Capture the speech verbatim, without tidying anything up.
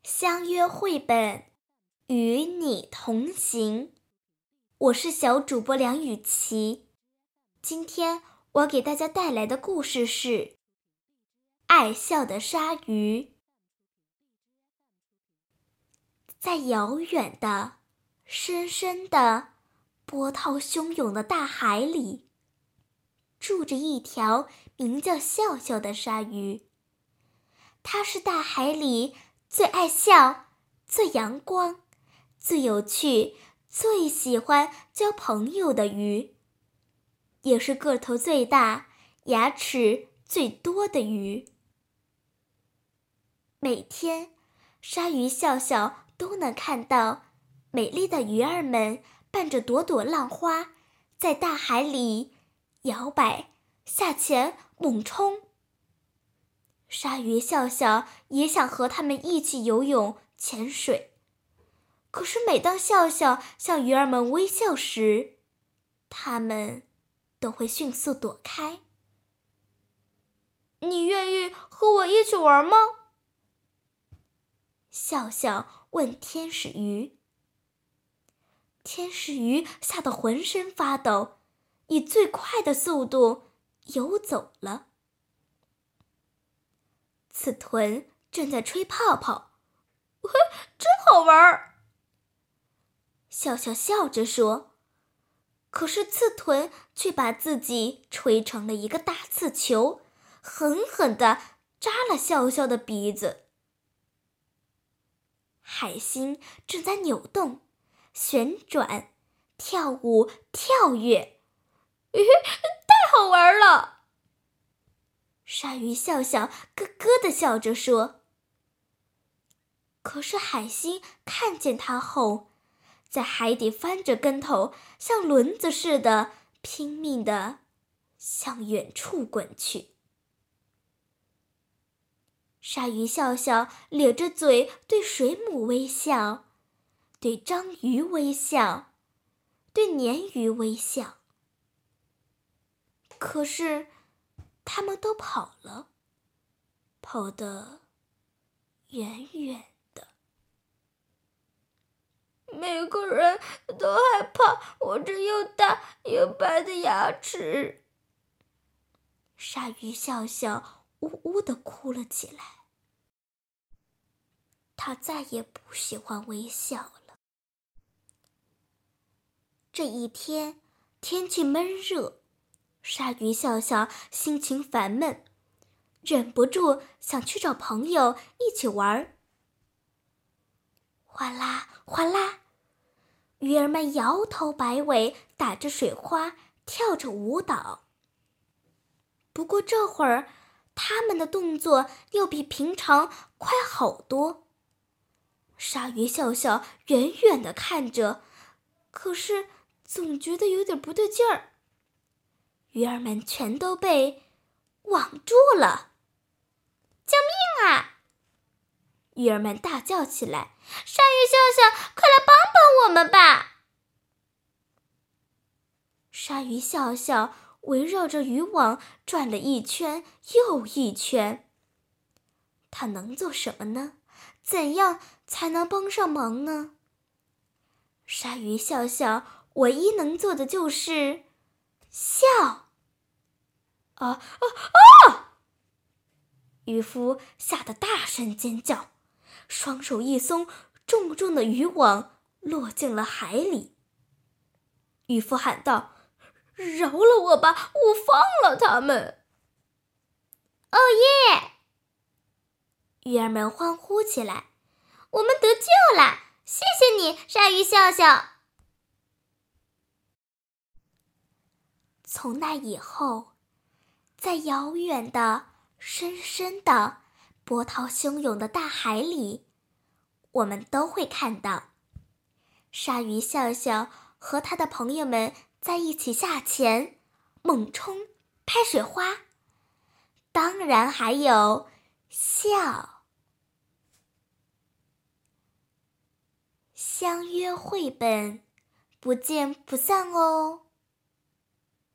相约绘本，与你同行。我是小主播梁雨琪，今天我给大家带来的故事是《爱笑的鲨鱼》。在遥远的、深深的、波涛汹涌的大海里，住着一条名叫笑笑的鲨鱼。它是大海里最爱笑、最阳光、最有趣、最喜欢交朋友的鱼，也是个头最大、牙齿最多的鱼。每天，鲨鱼笑笑都能看到美丽的鱼儿们伴着朵朵浪花，在大海里摇摆、下潜、猛冲。鲨鱼笑笑也想和他们一起游泳、潜水，可是每当笑笑向鱼儿们微笑时，它们都会迅速躲开。你愿意和我一起玩吗？笑笑问天使鱼。天使鱼吓得浑身发抖，以最快的速度游走了。刺豚正在吹泡泡，嘿，真好玩。笑笑笑着说，可是刺豚却把自己吹成了一个大刺球，狠狠地扎了笑笑的鼻子。海星正在扭动、旋转、跳舞、跳跃，嘿嘿，太好玩了。鲨鱼笑笑咯咯地笑着说。可是海星看见它后，在海底翻着跟头，像轮子似的拼命地向远处滚去。鲨鱼笑笑咧着嘴对水母微笑，对章鱼微笑，对鲶鱼微笑。可是他们都跑了，跑得远远的。每个人都害怕我这又大又白的牙齿。鲨鱼笑笑呜呜地哭了起来。他再也不喜欢微笑了。这一天，天气闷热，鲨鱼笑笑心情烦闷，忍不住想去找朋友一起玩。哗啦哗啦，鱼儿们摇头摆尾，打着水花，跳着舞蹈。不过这会儿，他们的动作要比平常快好多。鲨鱼笑笑远远地看着，可是总觉得有点不对劲儿。鱼儿们全都被网住了！救命啊！鱼儿们大叫起来：鲨鱼笑笑，快来帮帮我们吧！鲨鱼笑笑围绕着渔网转了一圈又一圈。它能做什么呢？怎样才能帮上忙呢？鲨鱼笑笑唯一能做的就是笑。啊啊啊！渔夫吓得大声尖叫，双手一松，重重的渔网落进了海里。渔夫喊道：饶了我吧，我放了他们。哦耶！鱼儿们欢呼起来，我们得救了，谢谢你，鲨鱼笑笑。从那以后，在遥远的、深深的、波涛汹涌的大海里，我们都会看到鲨鱼笑笑和他的朋友们在一起下潜、猛冲、拍水花，当然还有笑。相约绘本，不见不散哦。